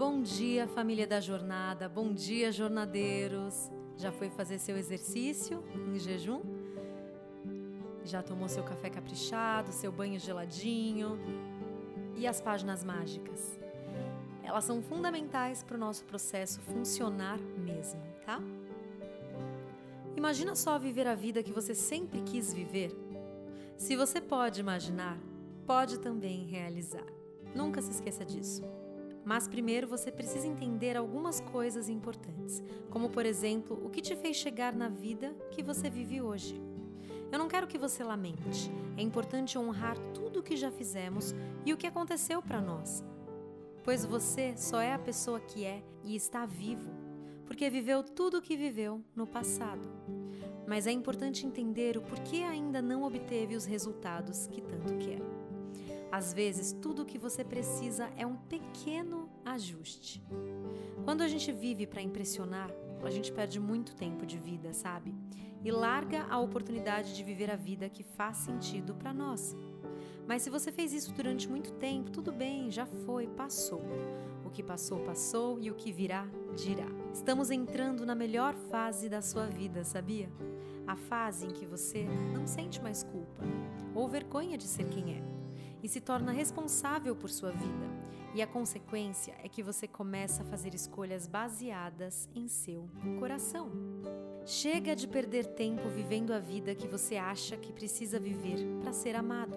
Bom dia, família da jornada, bom dia, jornadeiros. Já foi fazer seu exercício em jejum? Já tomou seu café caprichado, seu banho geladinho? E as páginas mágicas? Elas são fundamentais para o nosso processo funcionar mesmo, tá? Imagina só viver a vida que você sempre quis viver. Se você pode imaginar, pode também realizar. Nunca se esqueça disso. Mas primeiro você precisa entender algumas coisas importantes, como por exemplo, o que te fez chegar na vida que você vive hoje. Eu não quero que você lamente. É importante honrar tudo o que já fizemos e o que aconteceu para nós. Pois você só é a pessoa que é e está vivo, porque viveu tudo o que viveu no passado. Mas é importante entender o porquê ainda não obteve os resultados que tanto quer. Às vezes, tudo o que você precisa é um pequeno ajuste. Quando a gente vive para impressionar, a gente perde muito tempo de vida, sabe? E larga a oportunidade de viver a vida que faz sentido para nós. Mas se você fez isso durante muito tempo, tudo bem, já foi, passou. O que passou, passou e o que virá, dirá. Estamos entrando na melhor fase da sua vida, sabia? A fase em que você não sente mais culpa ou vergonha de ser quem é. E se torna responsável por sua vida. E a consequência é que você começa a fazer escolhas baseadas em seu coração. Chega de perder tempo vivendo a vida que você acha que precisa viver para ser amado.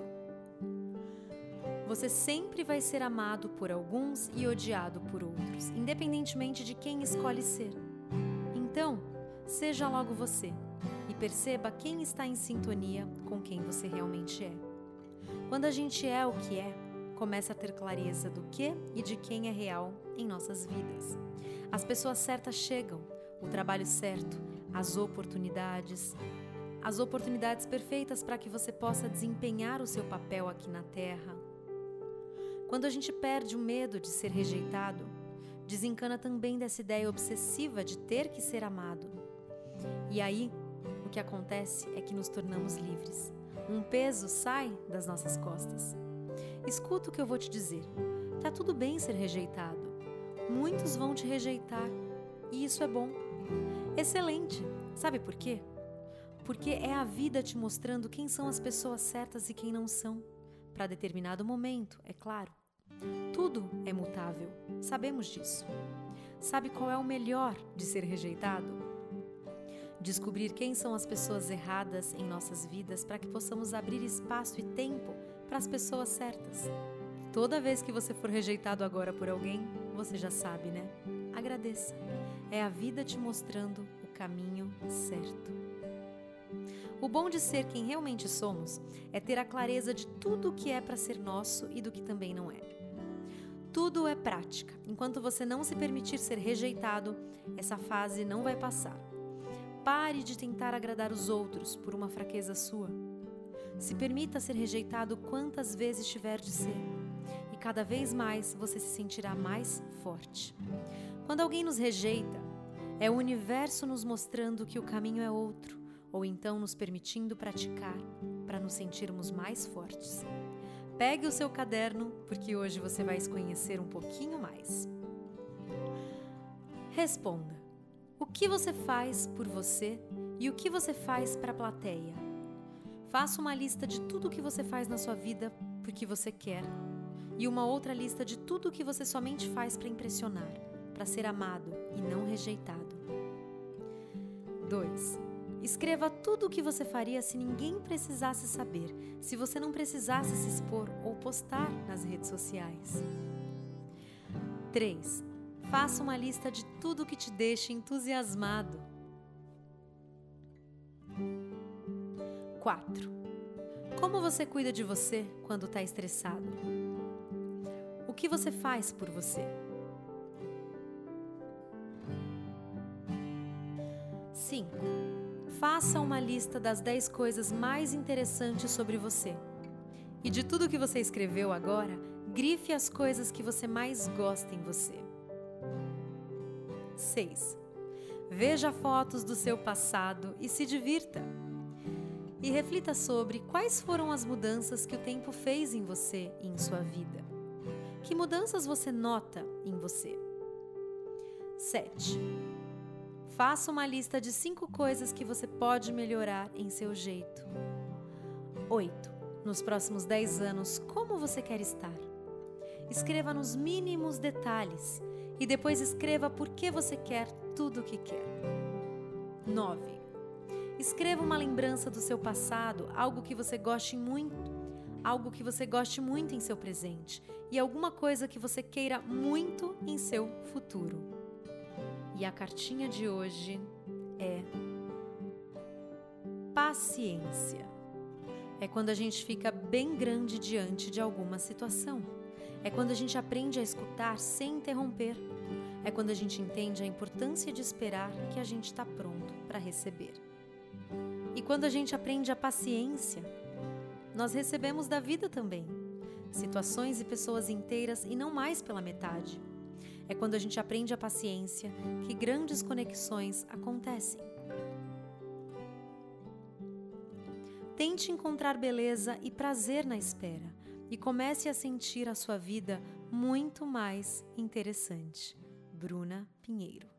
Você sempre vai ser amado por alguns e odiado por outros, independentemente de quem escolhe ser. Então, seja logo você e perceba quem está em sintonia com quem você realmente é. Quando a gente é o que é, começa a ter clareza do que e de quem é real em nossas vidas. As pessoas certas chegam, o trabalho certo, as oportunidades perfeitas para que você possa desempenhar o seu papel aqui na Terra. Quando a gente perde o medo de ser rejeitado, desencana também dessa ideia obsessiva de ter que ser amado. E aí, o que acontece é que nos tornamos livres. Um peso sai das nossas costas. Escuta o que eu vou te dizer. Tá tudo bem ser rejeitado. Muitos vão te rejeitar. E isso é bom. Excelente. Sabe por quê? Porque é a vida te mostrando quem são as pessoas certas e quem não são. Para determinado momento, é claro. Tudo é mutável. Sabemos disso. Sabe qual é o melhor de ser rejeitado? Descobrir quem são as pessoas erradas em nossas vidas para que possamos abrir espaço e tempo para as pessoas certas. Toda vez que você for rejeitado agora por alguém, você já sabe, né? Agradeça. É a vida te mostrando o caminho certo. O bom de ser quem realmente somos é ter a clareza de tudo o que é para ser nosso e do que também não é. Tudo é prática. Enquanto você não se permitir ser rejeitado, essa fase não vai passar. Pare de tentar agradar os outros por uma fraqueza sua. Se permita ser rejeitado quantas vezes tiver de ser. E cada vez mais você se sentirá mais forte. Quando alguém nos rejeita, é o universo nos mostrando que o caminho é outro, ou então nos permitindo praticar para nos sentirmos mais fortes. Pegue o seu caderno, porque hoje você vai se conhecer um pouquinho mais. Responda. O que você faz por você e o que você faz para a plateia? Faça uma lista de tudo o que você faz na sua vida porque você quer e uma outra lista de tudo o que você somente faz para impressionar, para ser amado e não rejeitado. 2. Escreva tudo o que você faria se ninguém precisasse saber, se você não precisasse se expor ou postar nas redes sociais. 3. Faça uma lista de tudo que te deixa entusiasmado. 4. Como você cuida de você quando está estressado? O que você faz por você? 5. Faça uma lista das 10 coisas mais interessantes sobre você. E de tudo que você escreveu agora, grife as coisas que você mais gosta em você. 6. Veja fotos do seu passado e se divirta. E reflita sobre quais foram as mudanças que o tempo fez em você e em sua vida. Que mudanças você nota em você? 7. Faça uma lista de 5 coisas que você pode melhorar em seu jeito. 8. Nos próximos 10 anos, como você quer estar? Escreva nos mínimos detalhes e depois escreva por que você quer tudo o que quer. 9. Escreva uma lembrança do seu passado, algo que você goste muito em seu presente e alguma coisa que você queira muito em seu futuro. E a cartinha de hoje é paciência. É quando a gente fica bem grande diante de alguma situação. É quando a gente aprende a escutar sem interromper. É quando a gente entende a importância de esperar que a gente está pronto para receber. E quando a gente aprende a paciência, nós recebemos da vida também. Situações e pessoas inteiras e não mais pela metade. É quando a gente aprende a paciência que grandes conexões acontecem. Tente encontrar beleza e prazer na espera e comece a sentir a sua vida muito mais interessante. Bruna Pinheiro.